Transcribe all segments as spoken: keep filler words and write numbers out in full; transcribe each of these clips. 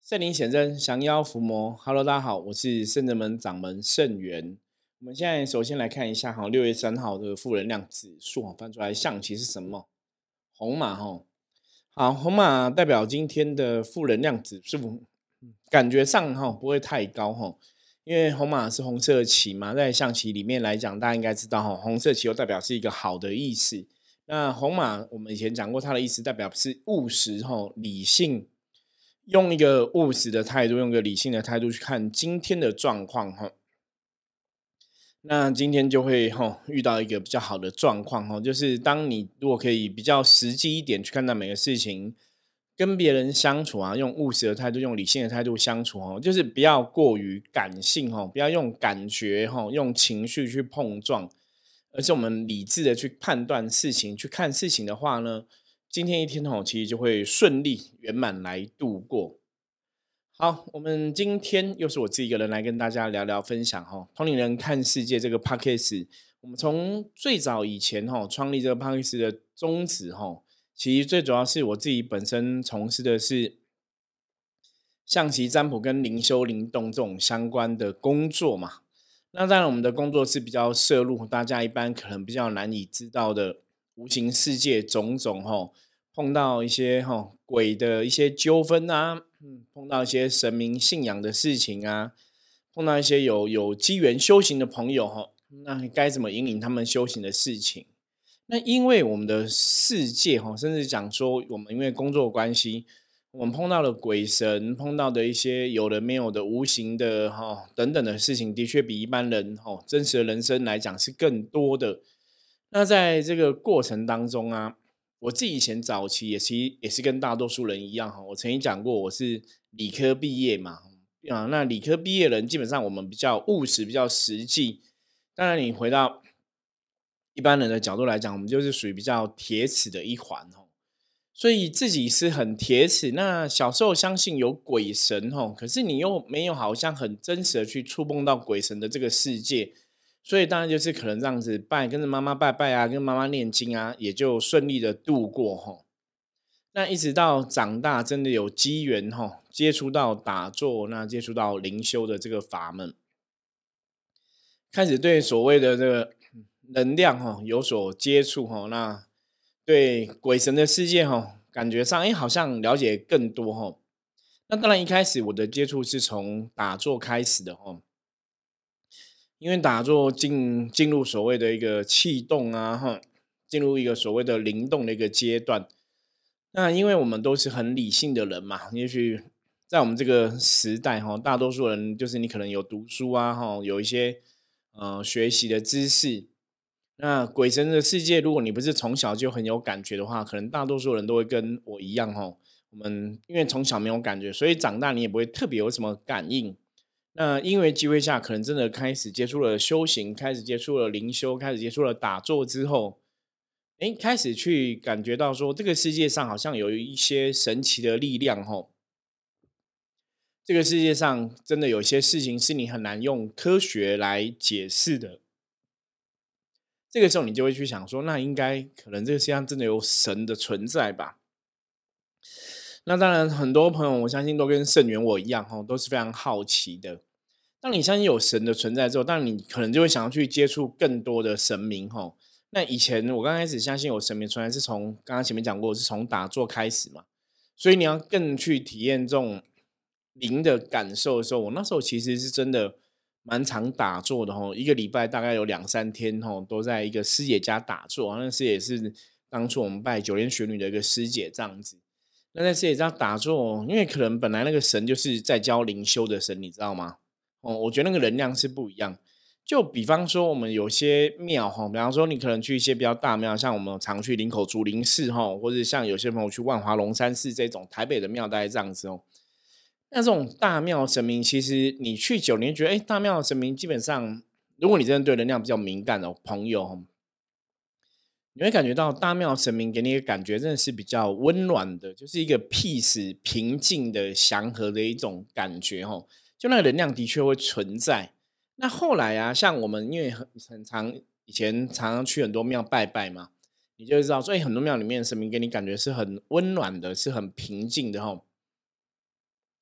圣灵显真，降妖伏魔。Hello，大家好，我是圣真门掌门圣元。我们现在首先来看一下哈，六月三号的负能量指数翻出来象棋是什么？红马哈。好，红马代表今天的负能量指数，感觉上哈不会太高哈，因为红马是红色的棋嘛，在象棋里面来讲，大家应该知道哈，红色棋又代表是一个好的意思。那红马我们以前讲过，它的意思代表是务实哈，理性。用一个务实的态度，用一个理性的态度去看今天的状况哈，那今天就会哈遇到一个比较好的状况哈，就是当你如果可以比较实际一点去看待每个事情，跟别人相处啊，用务实的态度，用理性的态度相处哦，就是不要过于感性哈，不要用感觉哈，用情绪去碰撞，而是我们理智的去判断事情，去看事情的话呢，今天一天哦，其实就会顺利圆满来度过。好，我们今天又是我自己一个人来跟大家聊聊分享哈，同龄人看世界这个 podcast，我们从最早以前哈创立这个 podcast 的宗旨哈，其实最主要是我自己本身从事的是象棋占卜跟灵修灵动这种相关的工作嘛。那当然，我们的工作是比较涉入大家一般可能比较难以知道的无形世界种种哈，碰到一些哈鬼的一些纠纷啊，嗯，碰到一些神明信仰的事情啊，碰到一些有有机缘修行的朋友哈，那该怎么引领他们修行的事情？那因为我们的世界哈，甚至讲说我们因为工作的关系，我们碰到了鬼神，碰到的一些有的没有的无形的哈等等的事情，的确比一般人哈真实的人生来讲是更多的。那在这个过程当中啊，我自己以前早期也其实也是跟大多数人一样哈，我曾经讲过我是理科毕业嘛，啊，那理科毕业人基本上我们比较务实，比较实际。当然，你回到一般人的角度来讲，我们就是属于比较铁齿的一环哦。所以自己是很铁齿，那小时候相信有鬼神哦，可是你又没有好像很真实的去触碰到鬼神的这个世界，所以当然就是可能这样子拜，跟着妈妈拜拜啊，跟妈妈念经啊，也就顺利的度过哈。那一直到长大，真的有机缘哈，接触到打坐，那接触到灵修的这个法门，开始对所谓的这个能量哈有所接触哈，那对鬼神的世界哈，感觉上哎好像了解更多哈。那当然一开始我的接触是从打坐开始的哈，因为打坐进进入所谓的一个气动啊哈，进入一个所谓的灵动的一个阶段。那因为我们都是很理性的人嘛，也许在我们这个时代哈，大多数人就是你可能有读书啊哈，有一些呃学习的知识。那鬼神的世界，如果你不是从小就很有感觉的话，可能大多数人都会跟我一样哈。我们因为从小没有感觉，所以长大你也不会特别有什么感应。那因为机会下，可能真的开始接触了修行，开始接触了灵修，开始接触了打坐之后，诶，开始去感觉到说，这个世界上好像有一些神奇的力量吼，这个世界上真的有些事情是你很难用科学来解释的。这个时候你就会去想说，那应该可能这个世界上真的有神的存在吧？那当然，很多朋友我相信都跟圣元我一样哈，都是非常好奇的。当你相信有神的存在之后，当然你可能就会想要去接触更多的神明哈。那以前我刚开始相信有神明存在，是从刚刚前面讲过，是从打坐开始嘛。所以你要更去体验这种灵的感受的时候，我那时候其实是真的蛮常打坐的哈，一个礼拜大概有两三天哈，都在一个师姐家打坐。那师姐是当初我们拜九天玄女的一个师姐这样子。那在师姐家打坐，因为可能本来那个神就是在教灵修的神，你知道吗？哦，我觉得那个能量是不一样。就比方说，我们有些庙哈，比方说你可能去一些比较大庙，像我们常去林口竹林寺哈，或者像有些朋友去万华龙山寺这种台北的庙，大概这样子哦。那这种大庙神明，其实你去久，你会觉得，哎，大庙神明基本上，如果你真的对能量比较敏感的朋友，你会感觉到大庙神明给你的感觉真的是比较温暖的，就是一个 peace 平静的祥和的一种感觉哦。就那个能量的确会存在。那后来啊，像我们因为很很常以前常常去很多庙拜拜嘛，你就会知道，所以很多庙里面的神明给你感觉是很温暖的，是很平静的哈。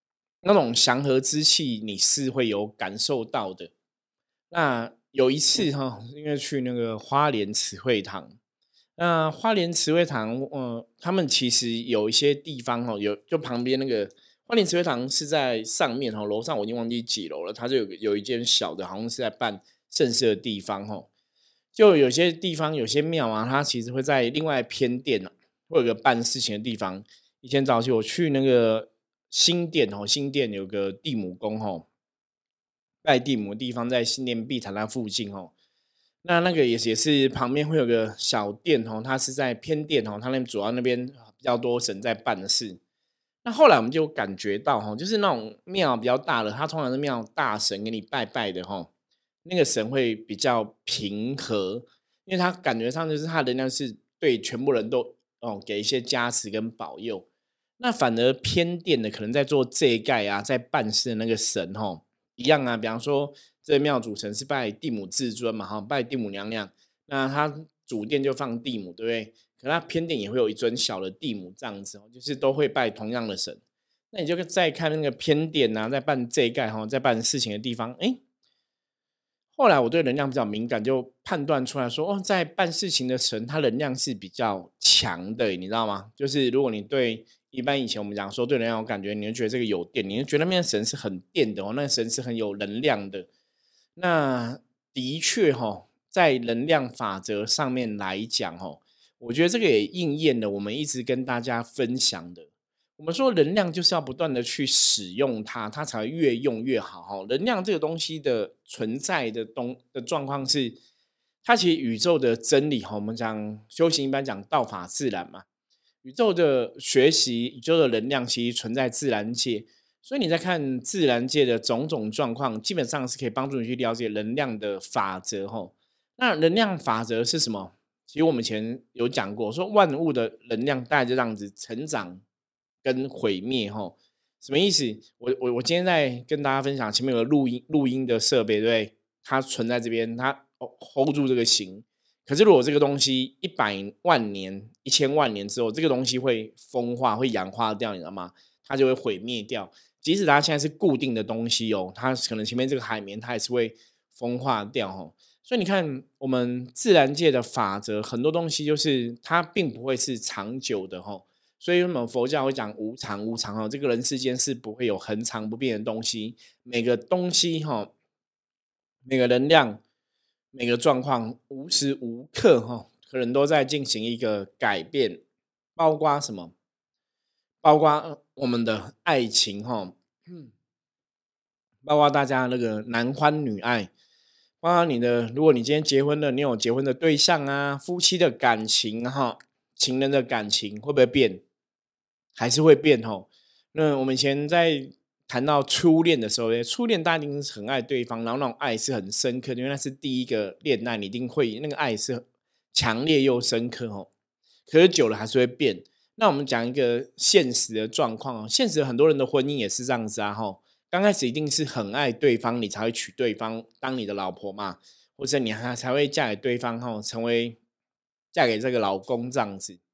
那种祥和之气你是会有感受到的。那有一次哈，因为去那个花莲慈惠堂，那花莲慈惠堂，呃，他们其实有一些地方哈，有就旁边那个花莲慈惠堂是在上面哈，楼上我已经忘记几楼了，它就有个有一间小的，好像是在办盛事的地方哈。就有些地方有些庙啊，它其实会在另外偏殿啊，会有个办事情的地方。以前早期我去那个新店哦，新店有个地母宫哦，拜地母的地方在新店碧潭那附近哦。那那个也是也是旁边会有个小店哦，它是在偏店哦，它那主要那边比较多神在办的事。那后来我们就感觉到哈，就是那种庙比较大的，它通常是庙大神给你拜拜的哈，那个神会比较平和，因为他感觉上就是他的能量是对全部人都哦给一些加持跟保佑。那反而偏殿的可能在做这一盖啊，在办事的那个神哈，一样啊，比方说这庙主神是拜地母至尊嘛哈，拜地母娘娘，那他主殿就放地母，对不对？可他偏殿也会有一尊小的地母这样子哦，就是都会拜同样的神。那你就再看那个偏殿啊，在办这一盖哈，在办事情的地方，哎，后来我对能量比较敏感，就判断出来说，哦，在办事情的神，他能量是比较强的，你知道吗？就是如果你对一般以前我们讲说对能量有感觉，你会觉得这个有电，你会觉得那边的神是很电的哦，那个神是很有能量的。那的确哈、哦，在能量法则上面来讲哦，我觉得这个也应验了我们一直跟大家分享的。我们说能量就是要不断的去使用它，它才会越用越好哈。能量这个东西的存在的东的状况是，它其实宇宙的真理哈。我们讲修行一般讲道法自然嘛，宇宙的学习，宇宙的能量其实存在自然界，所以你在看自然界的种种状况，基本上是可以帮助你去了解能量的法则哈。那能量法则是什么？其实我们以前有讲过，说万物的能量大概就这样子成长跟毁灭哈。什么意思？我我我今天在跟大家分享，前面有个录音录音的设备，对不对？它存在这边，它 hold 住这个形。可是如果这个东西一百万年、一千万年之后，这个东西会风化、会氧化掉，你知道吗？它就会毁灭掉。即使它现在是固定的东西哦，它可能前面这个海绵它也是会风化掉哦。所以你看，我们自然界的法则，很多东西就是它并不会是长久的哈。所以我们佛教会讲无常，无常哈，这个人世间是不会有恒常不变的东西。每个东西哈，每个能量，每个状况，无时无刻哈，可能都在进行一个改变，包括什么？包括呃我们的爱情哈，包括大家那个男欢女爱，包括你的，如果你今天结婚了，你有结婚的对象啊，夫妻的感情哈，情人的感情会不会变？还是会变吼。那我们以前在谈到初恋的时候，初恋大家一定是很爱对方，然后那种爱是很深刻的，因为那是第一个恋爱，你一定会那个爱是强烈又深刻吼。可是久了还是会变。那我们讲一个现实的状况哦，现实很多人的婚姻也是这样子啊吼。刚开始一定是很爱对方，你才会娶对方当你的老婆嘛，或者你还才会嫁给对方吼，成为嫁给这个老公这样子。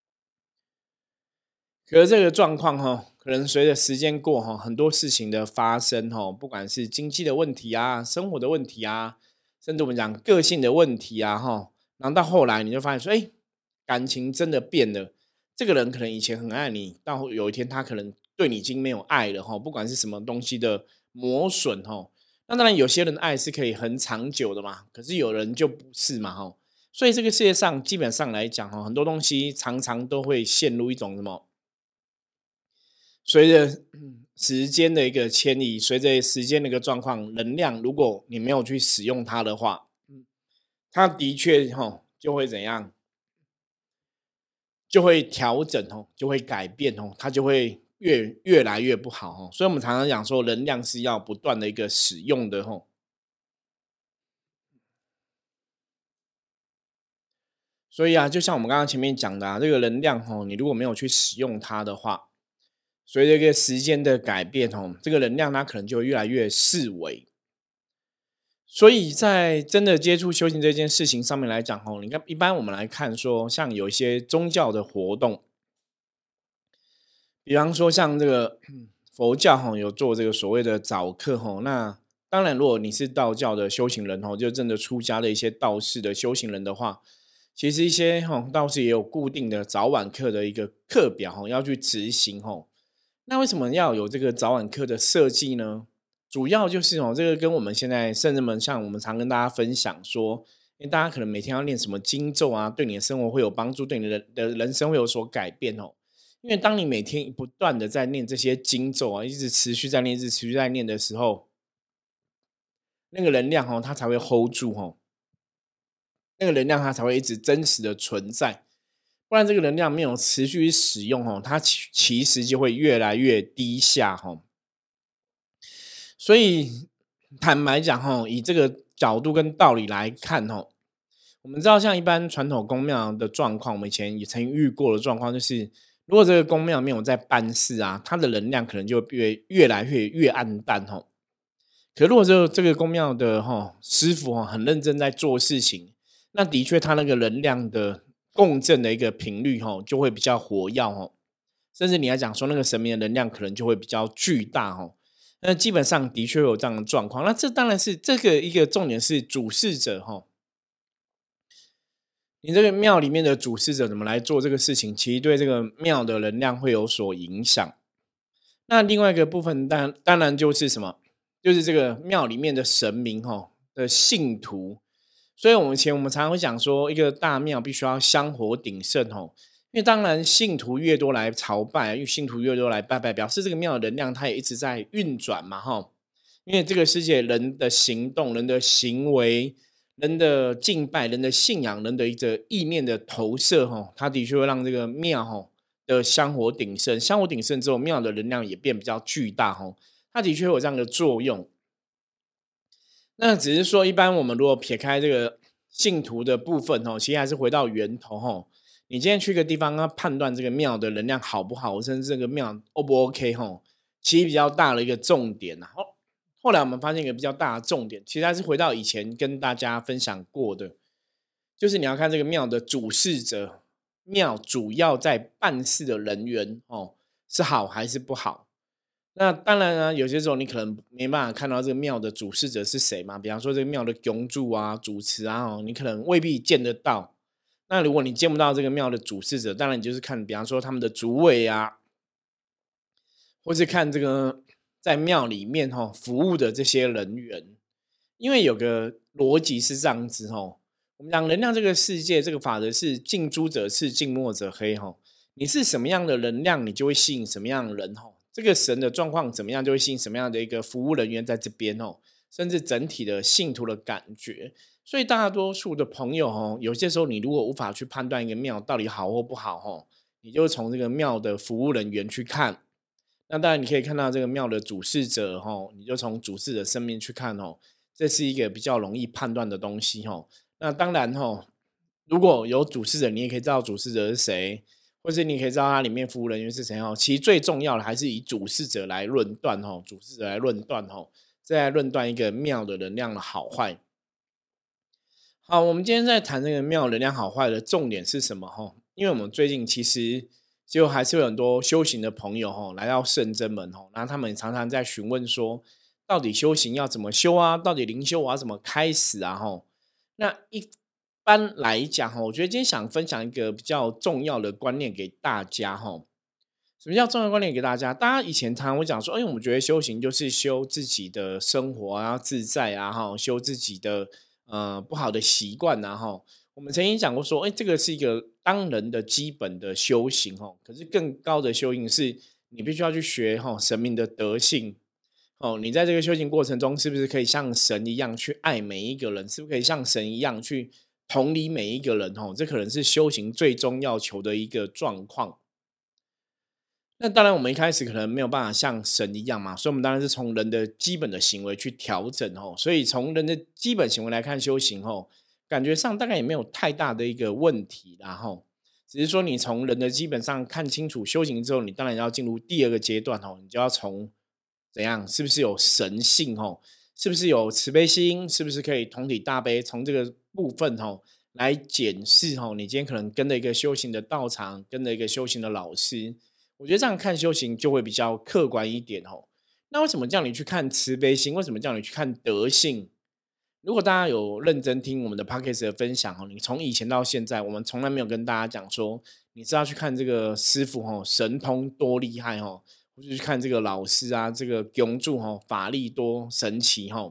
可是这个状况哈，可能随着时间过哈，很多事情的发生哈，不管是经济的问题啊、生活的问题啊，甚至我们讲个性的问题啊哈，然后到后来你就发现说，哎，感情真的变了。这个人可能以前很爱你，到有一天他可能对你已经没有爱了哈，不管是什么东西的磨损哈。那当然有些人的爱是可以很长久的嘛，可是有人就不是嘛哈。所以这个世界上基本上来讲哈，很多东西常常都会陷入一种什么？随着嗯时间的一个迁移，随着时间的一个状况，能量如果你没有去使用它的话，嗯，它的确哈就会怎样，就会调整哦，就会改变哦，它就会越越来越不好哦。所以我们常常讲说，能量是要不断的一个使用的哦。所以啊，就像我们刚刚前面讲的啊，这个能量哦，你如果没有去使用它的话，随着一个时间的改变哦，这个能量它可能就会越来越式微。所以在真的接触修行这件事情上面来讲哦，你看一般我们来看说，像有一些宗教的活动，比方说像这个佛教哈有做这个所谓的早课哈，那当然如果你是道教的修行人哈，就真的出家的一些道士的修行人的话，其实一些哈道士也有固定的早晚课的一个课表哈要去执行哈。那为什么要有这个早晚课的设计呢？主要就是哦，这个跟我们现在圣人们，像我们常跟大家分享说，因为大家可能每天要念什么经咒啊，对你的生活会有帮助，对你的的人生会有所改变哦。因为当你每天不断的在念这些经咒啊，一直持续在念，一直持续在念的时候，那个能量哦，它才会 hold 住哦，那个能量它才会一直真实的存在。不然这个能量没有持续使用哦，它其其实就会越来越低下哦。所以坦白讲哈，以这个角度跟道理来看哈，我们知道像一般传统宫庙的状况，我们以前也曾经遇过的状况，就是如果这个宫庙没有在办事啊，它的能量可能就越越来越越暗淡哈。可如果这个这个宫庙的哈师傅哈很认真在做事情，那的确他那个能量的共振的一个频率哈就会比较活跃哈，甚至你来讲说那个神明的能量可能就会比较巨大哈。那基本上的确有这样的状况，那这当然是这个一个重点是主事者哈，你这个庙里面的主事者怎么来做这个事情，其实对这个庙的能量会有所影响。那另外一个部分当然当然就是什么，就是这个庙里面的神明哈的信徒。所以我们以前我们常常会讲说，一个大庙必须要香火鼎盛哦，因为当然信徒越多来朝拜，因为信徒越多来拜拜，表示这个庙的能量它也一直在运转嘛哈。因为这个世界人的行动、人的行为、人的敬拜、人的信仰、人的一个意念的投射哈，它的确会让这个庙哈的香火鼎盛。香火鼎盛之后，庙的能量也变比较巨大哈，它的确有这样的作用。那只是说，一般我们如果撇开这个信徒的部分哦，其实还是回到源头哦。你今天去一个地方，要判断这个庙的能量好不好，甚至这个庙 O 不 OK 吼，其实比较大的一个重点啊。后后来我们发现一个比较大的重点，其实还是回到以前跟大家分享过的，就是你要看这个庙的主事者，庙主要在办事的人员哦，是好还是不好。那当然呢，有些时候你可能没办法看到这个庙的主事者是谁嘛，比方说这个庙的供主啊、主持啊，哦，你可能未必见得到。那如果你见不到这个庙的主事者，当然你就是看，比方说他们的主委啊，或是看这个在庙里面哈、哦、服务的这些人员。因为有个逻辑是这样子哦，我们讲能量这个世界，这个法则是近朱者赤，近墨者黑哈、哦。你是什么样的能量，你就会吸引什么样的人哈、哦。这个神的状况怎么样，就会吸引什么样的一个服务人员在这边哦，甚至整体的信徒的感觉。所以大多数的朋友哦，有些时候你如果无法去判断一个庙到底好或不好哦，你就从这个庙的服务人员去看。那当然你可以看到这个庙的主事者哦，你就从主事者身边去看哦，这是一个比较容易判断的东西哦。那当然哦，如果有主事者，你也可以知道主事者是谁，或是你可以知道它里面服务人员是谁哦。其实最重要的还是以主事者来论断哦，主事者来论断哦，再来论断一个庙的能量的好坏。好，我们今天在谈这个庙能量好坏的重点是什么哈？因为我们最近其实就还是有很多修行的朋友哈来到圣真门哈，然后他们常常在询问说，到底修行要怎么修啊？到底灵修我要怎么开始啊？哈，那一般来讲哈，我觉得今天想分享一个比较重要的观念给大家哈。什么叫重要观念给大家？大家以前常常会讲说，哎，我们觉得修行就是修自己的生活啊，自在啊，哈，修自己的呃不好的习惯啊，哈。我们曾经讲过说，哎，这个是一个当人的基本的修行哦。可是更高的修行是你必须要去学哈神明的德性哦。你在这个修行过程中，是不是可以像神一样去爱每一个人？是不是可以像神一样去同理每一个人？哦，这可能是修行最终要求的一个状况。那当然，我们一开始可能没有办法像神一样嘛，所以我们当然是从人的基本的行为去调整哦。所以从人的基本行为来看修行哦，感觉上大概也没有太大的一个问题啦吼。只是说你从人的基本上看清楚修行之后，你当然要进入第二个阶段哦，你就要从怎样，是不是有神性哦，是不是有慈悲心，是不是可以同体大悲，从这个部分哦来检视哦，你今天可能跟着一个修行的道场，跟着一个修行的老师。 我觉得这样看修行就会比较客观一点哦。那为什么叫你去看慈悲心？为什么叫你去看德性？如果大家有认真听我们的 podcast 的分享哦，你从以前到现在，我们从来没有跟大家讲说，你是要去看这个师傅哦，神通多厉害哦，或者去看这个老师啊，这个供助哦，法力多神奇哦。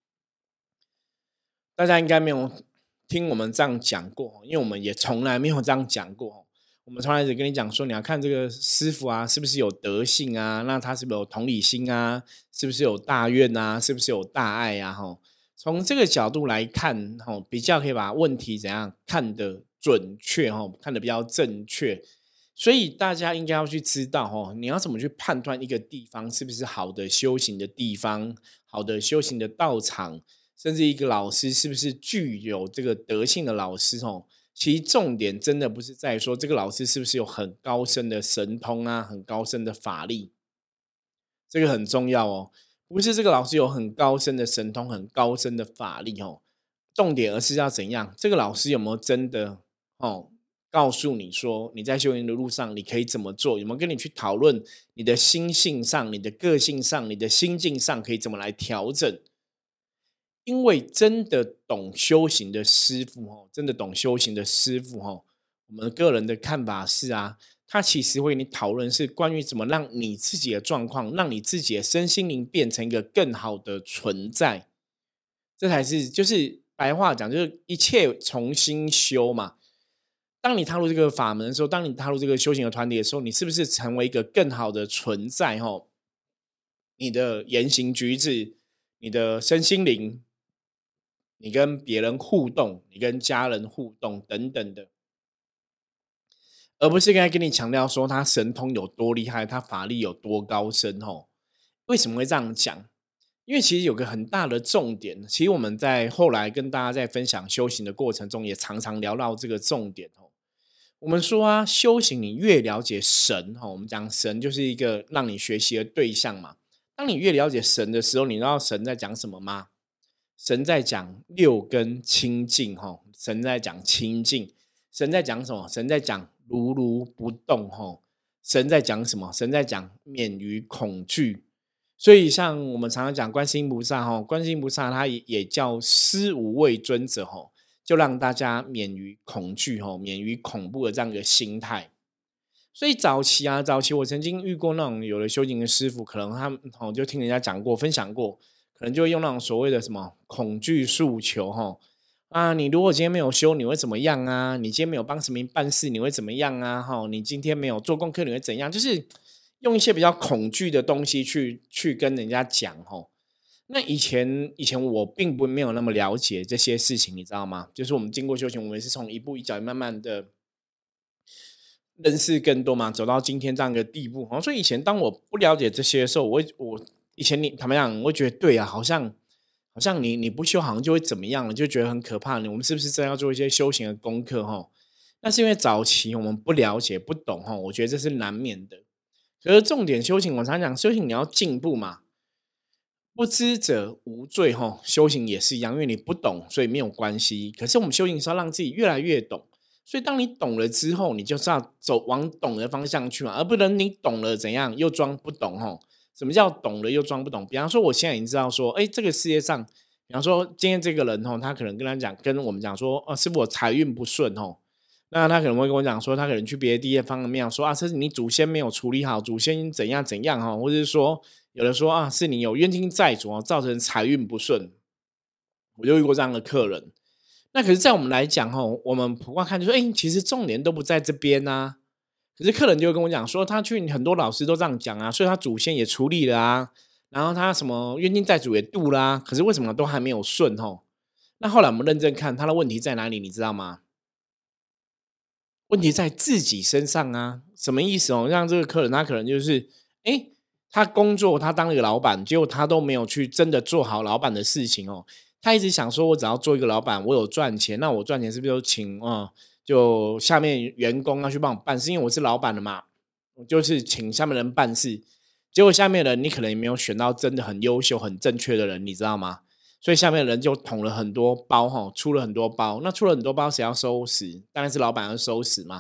大家应该没有听我们这样讲过，因为我们也从来没有这样讲过。我们从来只跟你讲说，你要看这个师傅啊，是不是有德性啊？那他是不是有同理心啊？是不是有大愿啊？是不是有大爱啊？哈，从这个角度来看，哈，比较可以把问题怎样看得准确，哈，看得比较正确。所以大家应该要去知道，哈，你要怎么去判断一个地方是不是好的修行的地方，好的修行的道场。甚至一个老师是不是具有这个德性的老师哦？其实重点真的不是在说这个老师是不是有很高深的神通啊，很高深的法力，这个很重要哦。不是这个老师有很高深的神通、很高深的法力哦，重点而是要怎样？这个老师有没有真的哦，告诉你说你在修行的路上你可以怎么做？有没有跟你去讨论你的心性上、你的个性上、你的心境上可以怎么来调整？因为真的懂修行的师傅哦，真的懂修行的师傅哦，我们个人的看法是啊，他其实会跟你讨论是关于怎么让你自己的状况，让你自己的身心灵变成一个更好的存在，这才是就是白话讲，就是一切重新修嘛。当你踏入这个法门的时候，当你踏入这个修行的团体的时候，你是不是成为一个更好的存在？哦，你的言行举止，你的身心灵。你跟别人互动，你跟家人互动等等的，而不是刚才跟你强调说他神通有多厉害，他法力有多高深哦。为什么会这样讲？因为其实有个很大的重点，其实我们在后来跟大家在分享修行的过程中，也常常聊到这个重点哦。我们说啊，修行你越了解神哦，我们讲神就是一个让你学习的对象嘛。当你越了解神的时候，你知道神在讲什么吗？神在讲六根清净哈，神在讲清净，神在讲什么？神在讲如如不动哈，神在讲什么？神在讲免于恐惧。所以像我们常常讲观世音菩萨哈，观世音菩萨他也也叫施无畏尊者哈，就让大家免于恐惧哈，免于恐怖的这样一个心态。所以早期啊，早期我曾经遇过那种有的修行的师傅，可能他们哦就听人家讲过、分享过，可能就会用那种所谓的什么恐惧诉求哈啊，你如果今天没有修，你会怎么样啊？你今天没有帮神明办事，你会怎么样啊？哈，你今天没有做功课，你会怎样？就是用一些比较恐惧的东西去去跟人家讲哈。那以前以前我并不没有那么了解这些事情，你知道吗？就是我们经过修行，我们是从一步一脚慢慢的。认识更多嘛，走到今天这样一个地步。所以以前当我不了解这些的时候，我会我以前你坦白讲，我会觉得对啊，好像好像你你不修好像就会怎么样了，就觉得很可怕。我们是不是真要做一些修行的功课哈？那是因为早期我们不了解不懂哈，我觉得这是难免的。可是重点修行，我常讲修行你要进步嘛，不知者无罪哈。修行也是一样，因为你不懂，所以没有关系。可是我们修行是要让自己越来越懂。所以当你懂了之后，你就是要走往懂的方向去嘛，而不能你懂了怎样又装不懂吼。什么叫懂了又装不懂？比方说，我现在已经知道说，哎，这个世界上，比方说今天这个人吼，他可能跟他讲，跟我们讲说，哦，师傅我财运不顺吼，那他可能会跟我讲说，他可能去别的地方庙说啊，这是你祖先没有处理好，祖先怎样怎样哈，或者是说有的说啊，是你有冤亲债主哦，造成财运不顺。我就遇过这样的客人。那可是在我们来讲吼，我们普观看就说，哎，其实重点都不在这边啊。可是客人就会跟我讲说，他去很多老师都这样讲啊，所以他祖先也处理了啊，然后他什么冤亲债主也渡啦、啊，可是为什么都还没有顺吼？那后来我们认真看他的问题在哪里，你知道吗？问题在自己身上啊。什么意思哦？让这个客人他可能就是，哎，他工作他当了一个老板，结果他都没有去真的做好老板的事情哦。他一直想说，我只要做一个老板，我有赚钱，那我赚钱是不是就请啊、嗯，就下面员工要去帮我办事？因为我是老板的嘛，我就是请下面人办事。结果下面的人你可能也没有选到真的很优秀、很正确的人，你知道吗？所以下面的人就捅了很多包哈，出了很多包。那出了很多包，谁要收拾？当然是老板要收拾嘛。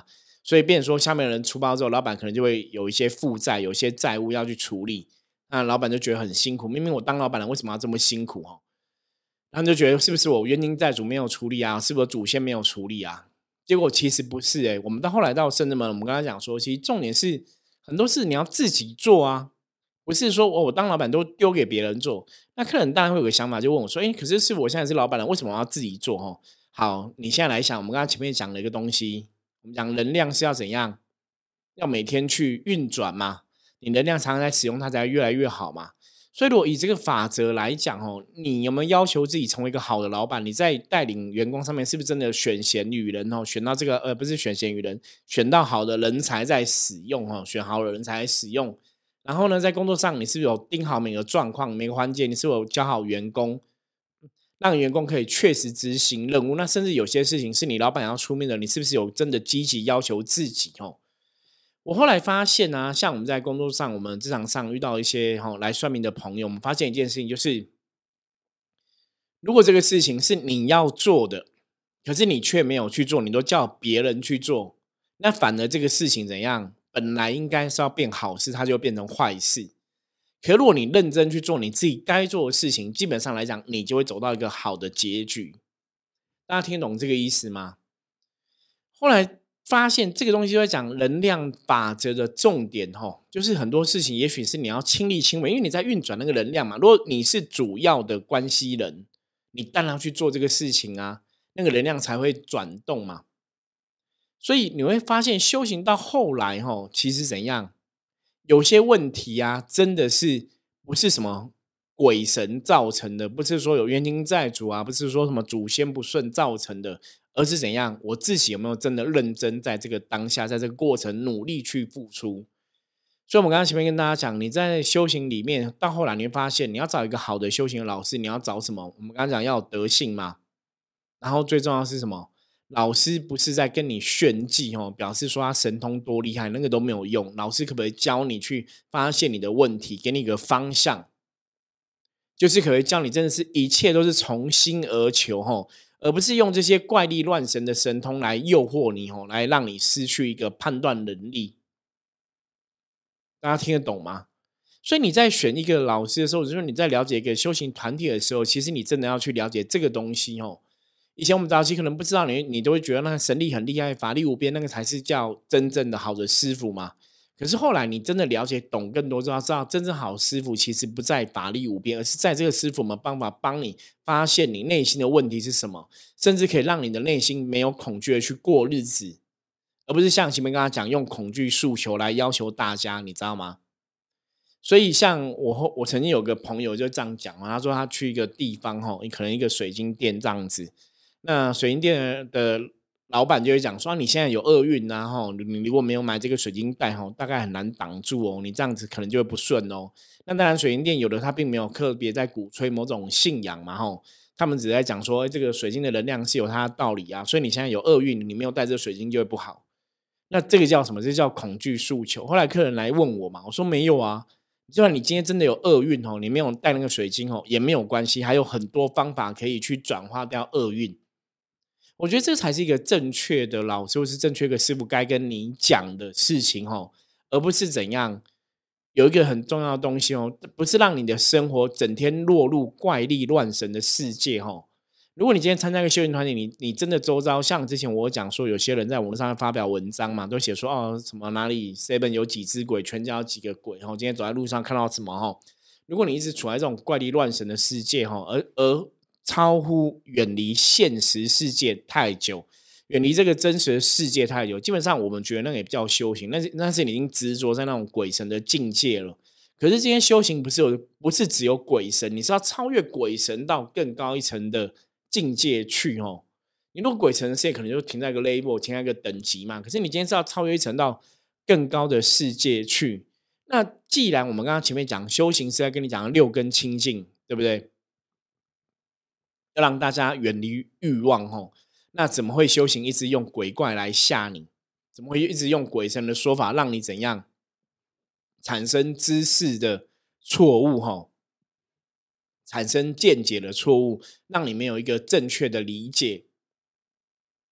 所以变成说下面的人出包之后，老板可能就会有一些负债，有一些债务要去处理，那老板就觉得很辛苦，明明我当老板了，为什么要这么辛苦哦？他们就觉得是不是我冤亲债主没有处理啊？是不是祖先没有处理啊？结果其实不是诶、欸我们到后来到圣人们，我们跟他讲说，其实重点是很多事你要自己做啊，不是说哦我当老板都丢给别人做。那客人当然会有个想法，就问我说：“哎，可是是我现在是老板了，为什么我要自己做？”哦，好，你现在来想，我们刚刚前面讲了一个东西，我们讲能量是要怎样，要每天去运转嘛，你能量常常在使用，它才会越来越好嘛。所以，如果以这个法则来讲哦，你有没有要求自己成为一个好的老板？你在带领员工上面，是不是真的选贤与人哦？选到这个呃，不是选贤与人，选到好的人才在使用哦，选好的人才使用。然后呢，在工作上，你是不是有盯好每个状况、每个环节？你是不是有教好员工，让员工可以确实执行任务？那甚至有些事情是你老板要出面的，你是不是有真的积极要求自己哦？我后来发现啊，像我们在工作上，我们职场上遇到一些哈、来算命的朋友，我们发现一件事情，就是如果这个事情是你要做的，可是你却没有去做，你都叫别人去做，那反而这个事情怎样？本来应该是要变好事，它就变成坏事。可如果你认真去做你自己该做的事情，基本上来讲，你就会走到一个好的结局。大家听懂这个意思吗？后来发现这个东西就在讲能量法则的重点吼，就是很多事情也许是你要亲力亲为，因为你在运转那个能量嘛。如果你是主要的关系人，你当然要去做这个事情啊，那个能量才会转动嘛。所以你会发现修行到后来吼，其实怎样，有些问题啊，真的是不是什么鬼神造成的，不是说有冤亲债主啊，不是说什么祖先不顺造成的，而是怎样，我自己有没有真的认真在这个当下，在这个过程努力去付出。所以，我们刚刚前面跟大家讲，你在修行里面，到后来你会发现，你要找一个好的修行的老师，你要找什么？我们刚刚讲要有德性嘛，然后最重要的是什么？老师不是在跟你炫技哦，表示说他神通多厉害，那个都没有用。老师可不可以教你去发现你的问题，给你一个方向？就是可以教你真的是一切都是从心而求吼，而不是用这些怪力乱神的神通来诱惑你吼，来让你失去一个判断能力。大家听得懂吗？所以你在选一个老师的时候，就是你在了解一个修行团体的时候，其实你真的要去了解这个东西哦。以前我们早期可能不知道你，你都会觉得那个神力很厉害，法力无边，那个才是叫真正的好的师傅嘛。可是后来你真的了解懂更多之后，知道真正好师傅其实不在法力无边，而是在这个师傅们办法帮你发现你内心的问题是什么，甚至可以让你的内心没有恐惧的去过日子，而不是像前面跟他讲用恐惧诉求来要求大家，你知道吗？所以像我后我曾经有个朋友就这样讲啊，他说他去一个地方哈，可能一个水晶店这样子，那水晶店的老板就会讲说，啊你现在有厄运啊哈，你如果没有买这个水晶袋哈，大概很难挡住哦，你这样子可能就会不顺哦。那当然，水晶店有的他并没有特别在鼓吹某种信仰嘛哈，他们只是在讲说，这个水晶的能量是有它的道理啊，所以你现在有厄运，你没有带这个水晶就会不好。那这个叫什么？这叫恐惧诉求。后来客人来问我嘛，我说没有啊，就算你今天真的有厄运哦，你没有带那个水晶哦，也没有关系，还有很多方法可以去转化掉厄运。我觉得这才是一个正确的老师，或是正确的师傅该跟你讲的事情哦，而不是怎样。有一个很重要的东西哦，不是让你的生活整天落入怪力乱神的世界哦。如果你今天参加一个修行团体，你你真的周遭像之前我讲说，有些人在网络上发表文章嘛，都写说哦什么哪里 seven 有几只鬼，全家有几个鬼，然后今天走在路上看到什么哈，如果你一直处在这种怪力乱神的世界哈，而而超乎远离现实世界太久，远离这个真实的世界太久，基本上我们觉得那个也比较修行，那是那是你已经执着在那种鬼神的境界了。可是今天修行不是有不是只有鬼神，你是要超越鬼神到更高一层的境界去哦。你如果鬼神的世界可能就停在一个 level， 停在一个等级嘛。可是你今天是要超越一层到更高的世界去。那既然我们刚刚前面讲修行是在跟你讲六根清净，对不对？要让大家远离欲望哦。那怎么会修行一直用鬼怪来吓你？怎么会一直用鬼神的说法让你怎样产生知识的错误哈？产生见解的错误，让你没有一个正确的理解。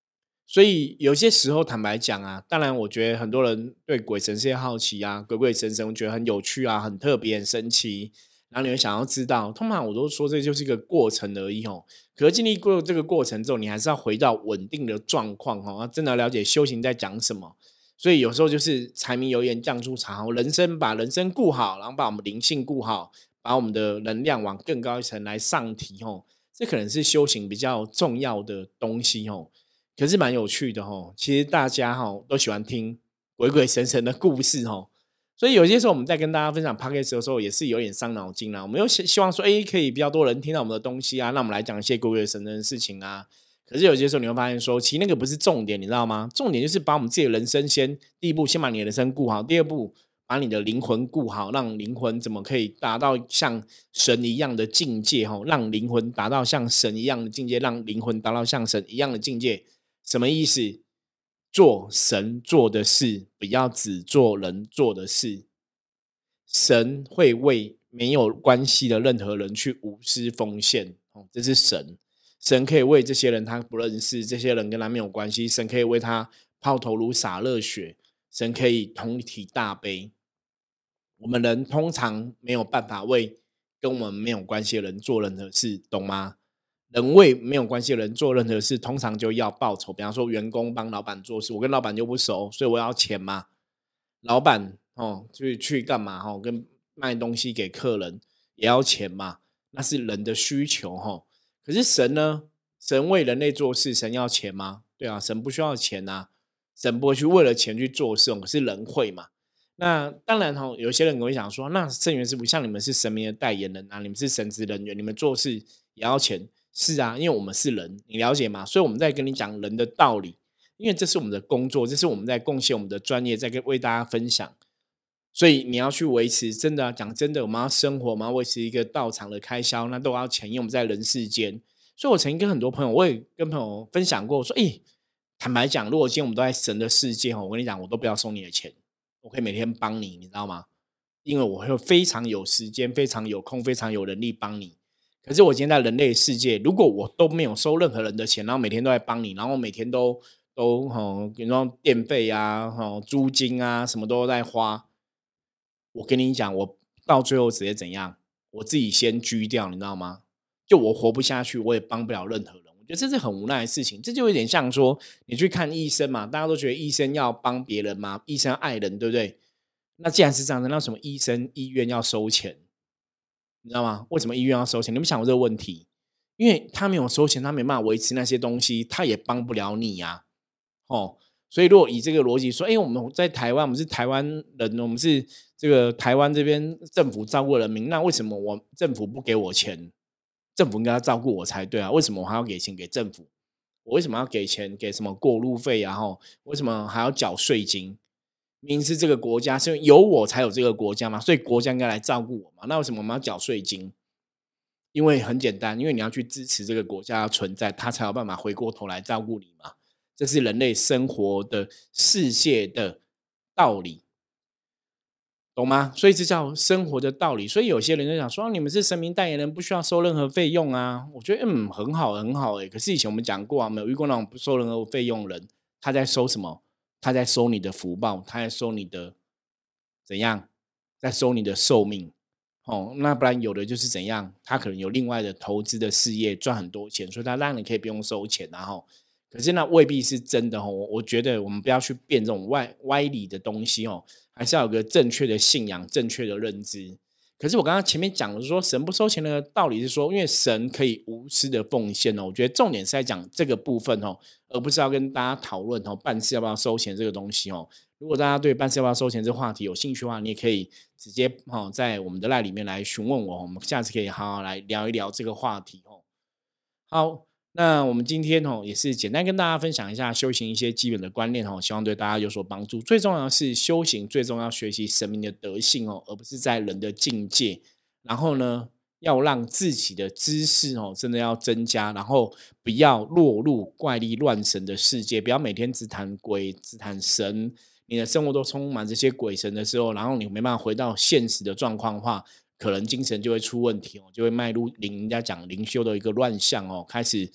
所以有些时候坦白讲啊，当然我觉得很多人对鬼神世界好奇啊，鬼鬼神神我觉得很有趣啊，很特别很神奇，然后你会想要知道，通常我都说这就是一个过程而已哦。可是经历过这个过程之后，你还是要回到稳定的状况哦，要真的了解修行在讲什么。所以有时候就是柴米油盐酱醋茶，人生把人生顾好，然后把我们灵性顾好，把我们的能量往更高一层来上提哦，这可能是修行比较重要的东西哦。可是蛮有趣的哦，其实大家哦都喜欢听鬼鬼神神的故事哦，所以有些时候我们在跟大家分享 podcast 的时候，也是有点伤脑筋啦。我们又希希望说，哎，可以比较多人听到我们的东西啊，那我们来讲一些鬼鬼神神的事情啊。可是有些时候你会发现说，其实那个不是重点，你知道吗？重点就是把我们自己的人生先，第一步先把你的人生顾好，第二步把你的灵魂顾好，让灵魂怎么可以达到像神一样的境界哦，让灵魂达到像神一样的境界，让灵魂达到像神一样的境界。什么意思？做神做的事，不要只做人做的事。神会为没有关系的任何人去无私奉献，哦，这是神。神可以为这些人他不认识，这些人跟他没有关系，神可以为他抛头颅洒热血，神可以同体大悲。我们人通常没有办法为跟我们没有关系的人做任何事，懂吗？人为没有关系的人做任何事，通常就要报酬。比方说，员工帮老板做事，我跟老板就不熟，所以我要钱嘛。老板哦，去去干嘛？哦，跟卖东西给客人也要钱嘛，那是人的需求哈。可是神呢？神为人类做事，神要钱吗？对啊，神不需要钱啊，神不会去为了钱去做事，可是人会嘛。那当然哈，有些人会想说，那圣元师傅像你们是神明的代言人啊，你们是神职人员，你们做事也要钱。是啊，因为我们是人，你了解吗？所以我们在跟你讲人的道理，因为这是我们的工作，这是我们在贡献我们的专业，在跟为大家分享。所以你要去维持，真的讲、啊、真的，我们要生活，我们要维持一个道场的开销，那都要钱，因为我们在人世间。所以我曾经跟很多朋友，我也跟朋友分享过，说，诶，坦白讲，如果今天我们都在神的世界，我跟你讲，我都不要收你的钱。我可以每天帮你，你知道吗？因为我会非常有时间、非常有空、非常有能力帮你。可是我今天在人类世界，如果我都没有收任何人的钱，然后每天都在帮你，然后每天都都哦，比如说电费啊、哦租金啊，什么都在花，我跟你讲，我到最后直接怎样？我自己先居掉，你知道吗？就我活不下去，我也帮不了任何人。我觉得这是很无奈的事情，这就有点像说你去看医生嘛，大家都觉得医生要帮别人嘛，医生爱人，对不对？那既然是这样的，那什么医生医院要收钱？你知道吗？为什么医院要收钱？你们想过这个问题？因为他没有收钱，他没办法维持那些东西，他也帮不了你呀、啊。哦，所以如果以这个逻辑说，哎，我们在台湾，我们是台湾人，我们是这个台湾这边政府照顾人民，那为什么我政府不给我钱？政府应该要照顾我才对啊，为什么我还要给钱给政府？我为什么要给钱给什么过路费啊？吼，为什么还要缴税金？明明是这个国家，是有我才有这个国家嘛，所以国家应该来照顾我嘛。那为什么我们要缴税金？因为很简单，因为你要去支持这个国家的存在，它才有办法回过头来照顾你嘛。这是人类生活的世界的道理。懂吗？所以这叫生活的道理。所以有些人就想说，啊你们是神明代言人，不需要收任何费用啊。我觉得嗯很好很好哎、欸。可是以前我们讲过啊，没有遇过那种不收任何费用的人，他在收什么？他在收你的福报，他在收你的怎样？在收你的寿命。哦，那不然有的就是怎样？他可能有另外的投资的事业赚很多钱，所以他让你可以不用收钱，然后。可是那未必是真的哦，我觉得我们不要去变这种歪歪理的东西哦，还是要有个正确的信仰、正确的认知。可是我刚刚前面讲的说神不收钱的道理是说，因为神可以无私的奉献哦。我觉得重点是在讲这个部分哦，而不是要跟大家讨论哦办事要不要收钱这个东西哦。如果大家对办事要不要收钱这个话题有兴趣的话，你也可以直接哦在我们的 LINE 里面来询问我，我们下次可以好好来聊一聊这个话题哦。好，那我们今天哦也是简单跟大家分享一下修行一些基本的观念哦，希望对大家有所帮助。最重要的是修行，最重要学习神明的德性哦，而不是在人的境界。然后呢，要让自己的知识哦真的要增加，然后不要落入怪力乱神的世界，不要每天只谈鬼、只谈神，你的生活都充满这些鬼神的时候，然后你没办法回到现实的状况的话，可能精神就会出问题哦，就会迈入灵人家讲灵修的一个乱象哦，开始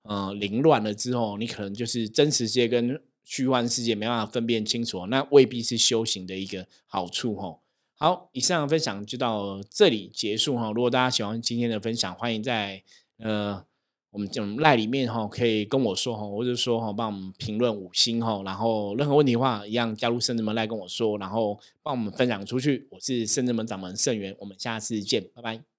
呃凌乱了之后，你可能就是真实世界跟虚幻世界没办法分辨清楚，那未必是修行的一个好处哦。好，以上的分享就到这里结束哈。如果大家喜欢今天的分享，欢迎在呃我们这种赖里面哈，可以跟我说哈，或者说哈帮我们评论五星哈，然后任何问题的话，一样加入圣人门赖跟我说，然后帮我们分享出去。我是圣人门掌门圣元，我们下次见，拜拜。